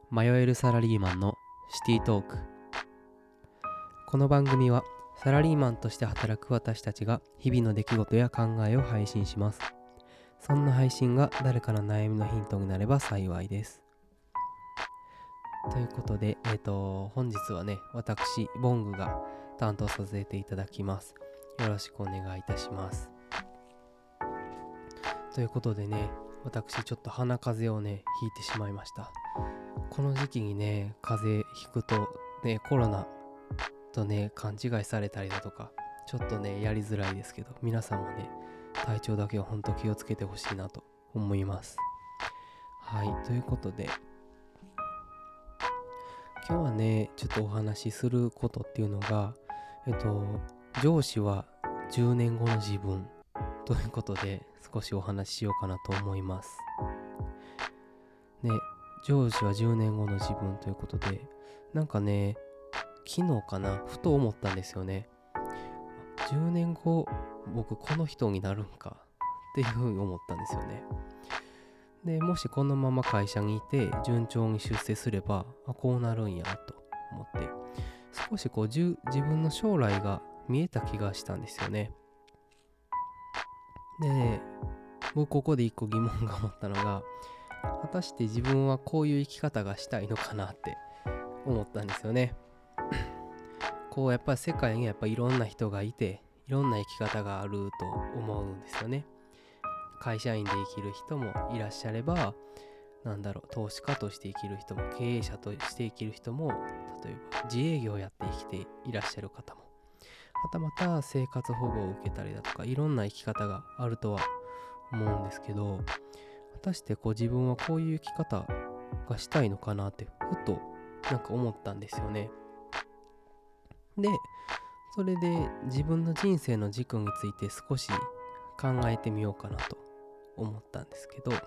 迷えるサラリーマンのシティトーク。この番組はサラリーマンとして働く私たちが日々の出来事や考えを配信します。そんな配信が誰かの悩みのヒントになれば幸いです。ということで、本日はね、私ボングが担当させていただきます。よろしくお願いいたします。ということでね、私ちょっと鼻風邪をねひいてしまいました。この時期にね風邪ひくとね、コロナとね勘違いされたりだとか、ちょっとねやりづらいですけど、皆さんもね体調だけは本当気をつけてほしいなと思います。はい、ということで今日はねちょっとお話しすることっていうのが、上司は10年後の自分ということで少しお話ししようかなと思いますね。上司は10年後の自分ということで、なんかね昨日かなふと思ったんですよね。10年後僕この人になるんかっていうふうに思ったんですよね。でもしこのまま会社にいて順調に出世すればこうなるんやと思って、少しこう自分の将来が見えた気がしたんですよね。で僕ここで一個疑問が思ったのが、果たして自分はこういう生き方がしたいのかなって思ったんですよね。こうやっぱり世界にやっぱいろんな人がいて、いろんな生き方があると思うんですよね。会社員で生きる人もいらっしゃれば、投資家として生きる人も、経営者として生きる人も、例えば自営業をやって生きていらっしゃる方も、はたまた生活保護を受けたりだとか、いろんな生き方があるとは思うんですけど、果たしてこう自分はこういう生き方がしたいのかなってふと思ったんですよね。でそれで自分の人生の軸について少し考えてみようかなと思ったんですけど、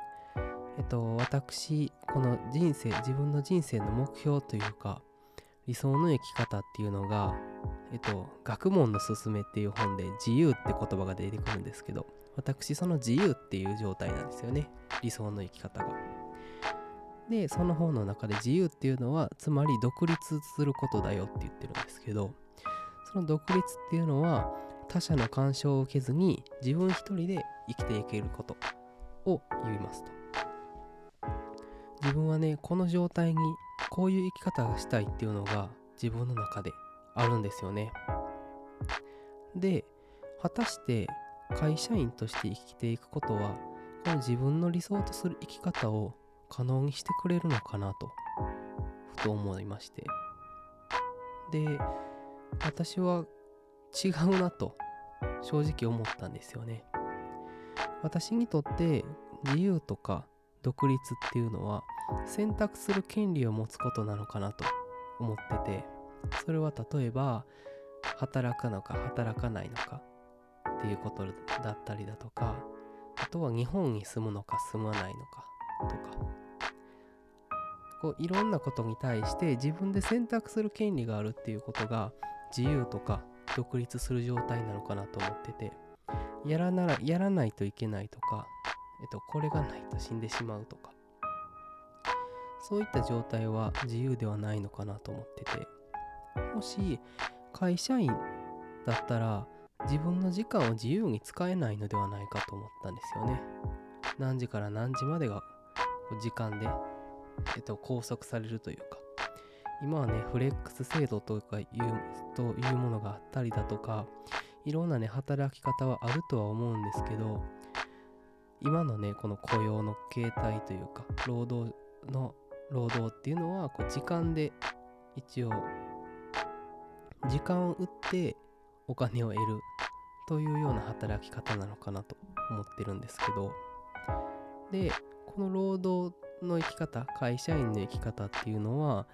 私この自分の人生の目標というか理想の生き方っていうのが、学問のすすめっていう本で自由って言葉が出てくるんですけど、私その自由っていう状態なんですよね、理想の生き方が。でその本の中で自由っていうのはつまり独立することだよって言ってるんですけど、その独立っていうのは他者の干渉を受けずに自分一人で生きていけることを言いますと。自分はねこの状態にこういう生き方がしたいっていうのが自分の中であるんですよね。で果たして会社員として生きていくことはこの自分の理想とする生き方を可能にしてくれるのかなとふと思いまして、で私は違うなと正直思ったんですよね。私にとって自由とか独立っていうのは選択する権利を持つことなのかなと思ってて、それは例えば働くのか働かないのかっていうことだったりだとか、あとは日本に住むのか住まないのかとか、こういろんなことに対して自分で選択する権利があるっていうことが自由とか独立する状態なのかなと思ってて、やらないといけないとか、これがないと死んでしまうとか、そういった状態は自由ではないのかなと思ってて、もし会社員だったら自分の時間を自由に使えないのではないかと思ったんですよね。何時から何時までが時間で、拘束されるというか、今はねフレックス制度というものがあったりだとか、いろんなね働き方はあるとは思うんですけど、今のねこの雇用の形態というか労働っていうのはこう時間で一応時間を売ってお金を得るというような働き方なのかなと思ってるんですけど、でこの労働の生き方、会社員の生き方っていうのは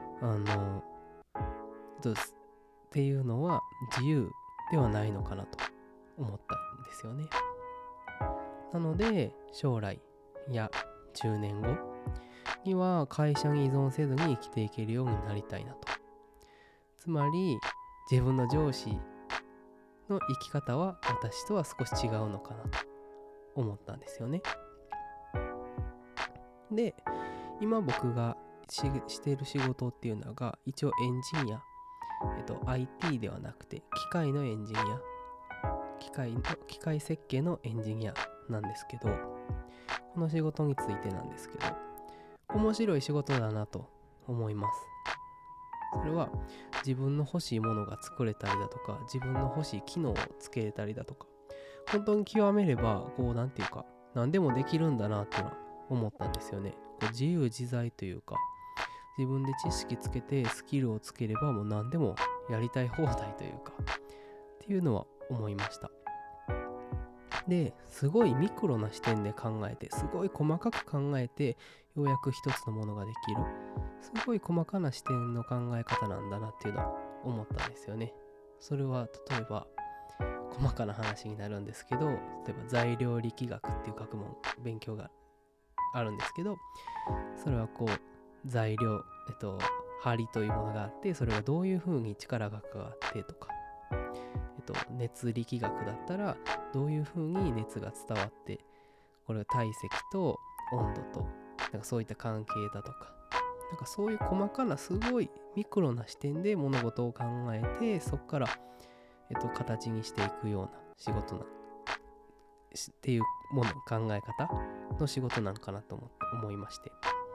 っていうのは自由ではないのかなと思ったんですよね。なので将来や10年後には会社に依存せずに生きていけるようになりたいなと。つまり自分の上司の生き方は私とは少し違うのかなと思ったんですよね。で今僕がしている仕事っていうのが一応エンジニア、IT ではなくて機械のエンジニア、機械設計のエンジニアなんですけど、この仕事についてなんですけど、面白い仕事だなと思います。それは自分の欲しいものが作れたりだとか、自分の欲しい機能をつけれたりだとか、本当に極めればなんていうか何でもできるんだなっていうのは思ったんですよね。自由自在というか、自分で知識つけてスキルをつければもう何でもやりたい放題というかっていうのは思いました。ですごいミクロな視点で考えて、すごい細かく考えてようやく一つのものができる、すごい細かな視点の考え方なんだなっていうのは思ったんですよね。それは例えば細かな話になるんですけど、例えば材料力学っていう学問勉強があるんですけど、それは材料、針というものがあって、それがどういうふうに力がかかってとか、熱力学だったらどういうふうに熱が伝わって、これは体積と温度となんかそういった関係だとか、なんかそういう細かなすごいミクロな視点で物事を考えて、そこから、形にしていくような仕事っていうもの、考え方の仕事なのかなと思いまして、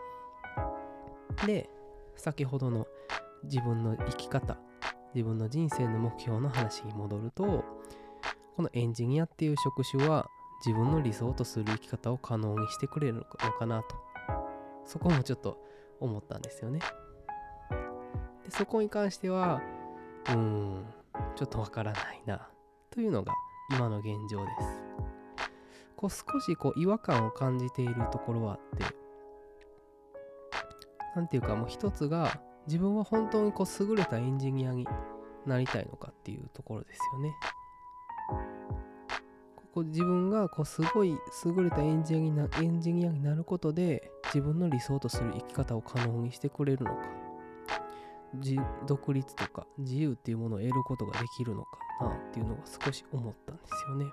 で先ほどの自分の生き方、自分の人生の目標の話に戻ると、このエンジニアっていう職種は自分の理想とする生き方を可能にしてくれるのかなと、そこもちょっと思ったんですよね。でそこに関してはちょっとわからないなというのが今の現状です。少し違和感を感じているところはあって、なんていうか、もう一つが自分は本当に優れたエンジニアになりたいのかっていうところですよね。自分がすごい優れたエンジニアになることで自分の理想とする生き方を可能にしてくれるのか、独立とか自由っていうものを得ることができるのかなっていうのが少し思ったんですよね。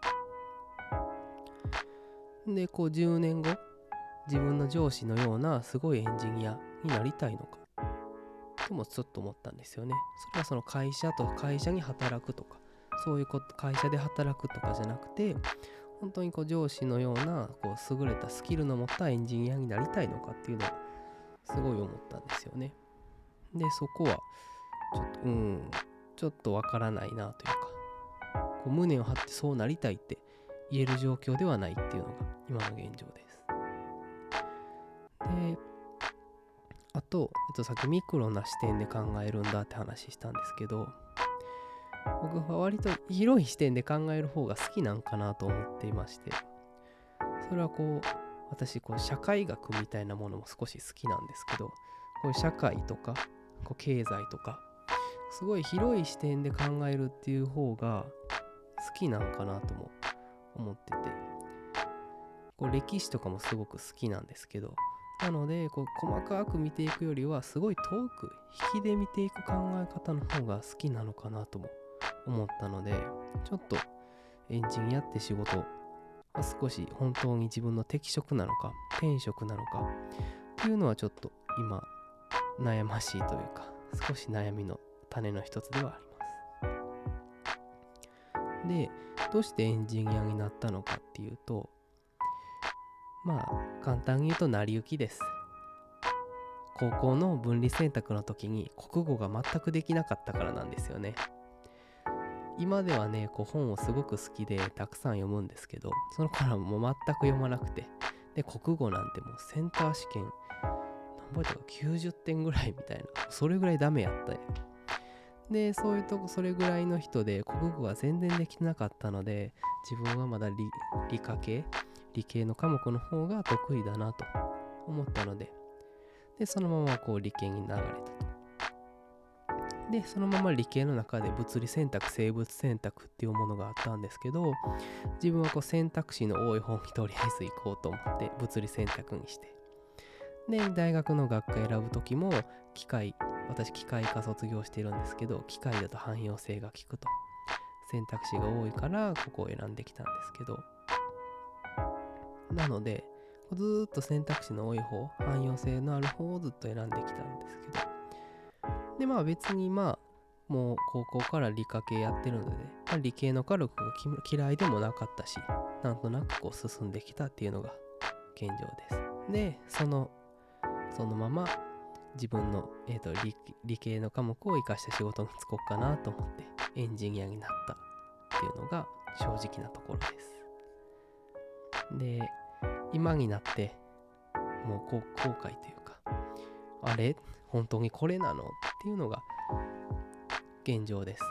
で10年後、自分の上司のようなすごいエンジニアになりたいのかともちょっと思ったんですよね。それはその会社に働くとか、そういう会社で働くとかじゃなくて、本当に上司のような優れたスキルの持ったエンジニアになりたいのかっていうのをすごい思ったんですよね。でそこはちょっとわからないなというか、胸を張ってそうなりたいって言える状況ではないっていうのが今の現状です。であと、さっきミクロな視点で考えるんだって話したんですけど、僕は割と広い視点で考える方が好きなんかなと思っていまして、それは私社会学みたいなものも少し好きなんですけど、こういう社会とか経済とかすごい広い視点で考えるっていう方が好きなんかなとも思ってて、歴史とかもすごく好きなんですけど、なので細かく見ていくよりはすごい遠く引きで見ていく考え方の方が好きなのかなとも思ったので、ちょっとエンジニアって仕事は少し本当に自分の適職なのか転職なのかっていうのはちょっと今悩ましいというか、少し悩みの種の一つではあります。でどうしてエンジニアになったのかっていうと、簡単に言うと成り行きです。高校の分離選択の時に国語が全くできなかったからなんですよね。今ではね本をすごく好きでたくさん読むんですけど、その頃はもう全く読まなくて、で国語なんてもうセンター試験何倍とか90点ぐらいみたいな、それぐらいダメやったんよ。でそういうそれぐらいの人で国語が全然できなかったので、自分はまだ理系の科目の方が得意だなと思ったので、そのまま理系に流れたと。でそのまま理系の中で物理選択、生物選択っていうものがあったんですけど、自分は選択肢の多い方にとりあえず行こうと思って物理選択にして、で大学の学科選ぶ時も私機械科卒業しているんですけど、機械だと汎用性が効くと選択肢が多いからここを選んできたんですけど、なのでずーっと選択肢の多い方、汎用性のある方をずっと選んできたんですけど、で別にもう高校から理科系やってるので、理系の科学が嫌いでもなかったし、なんとなく進んできたっていうのが現状です。で、そのまま自分の、理系の科目を生かした仕事に就こうかなと思ってエンジニアになったっていうのが正直なところです。で、今になってもう後悔というか、あれ本当にこれなのっていうのが現状です。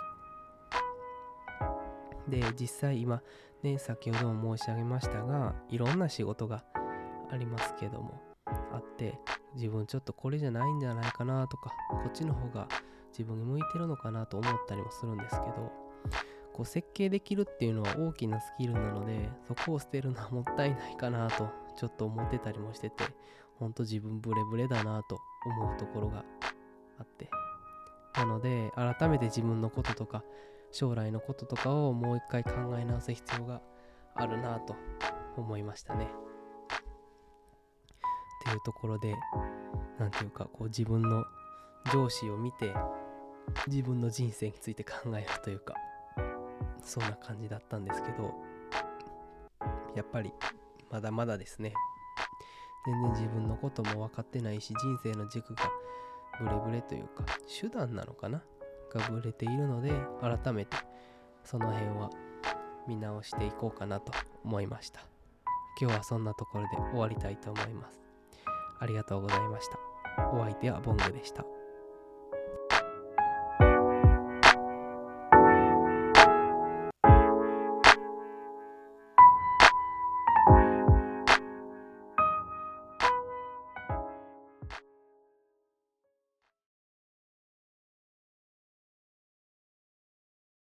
で、実際今ね、先ほども申し上げましたが、いろんな仕事がありますけどもあって、自分ちょっとこれじゃないんじゃないかなとか、こっちの方が自分に向いてるのかなと思ったりもするんですけど、設計できるっていうのは大きなスキルなので、そこを捨てるのはもったいないかなとちょっと思ってたりもしてて、ほんと自分ブレブレだなと思うところがあって、なので改めて自分のこととか将来のこととかをもう一回考え直す必要があるなと思いましたね。っていうところで、なんていうか自分の上司を見て自分の人生について考えるというか、そんな感じだったんですけど、やっぱりまだまだですね。全然自分のことも分かってないし、人生の軸がブレブレというか手段なのかながブレているので、改めてその辺は見直していこうかなと思いました。今日はそんなところで終わりたいと思います。ありがとうございました。お相手はボングでした。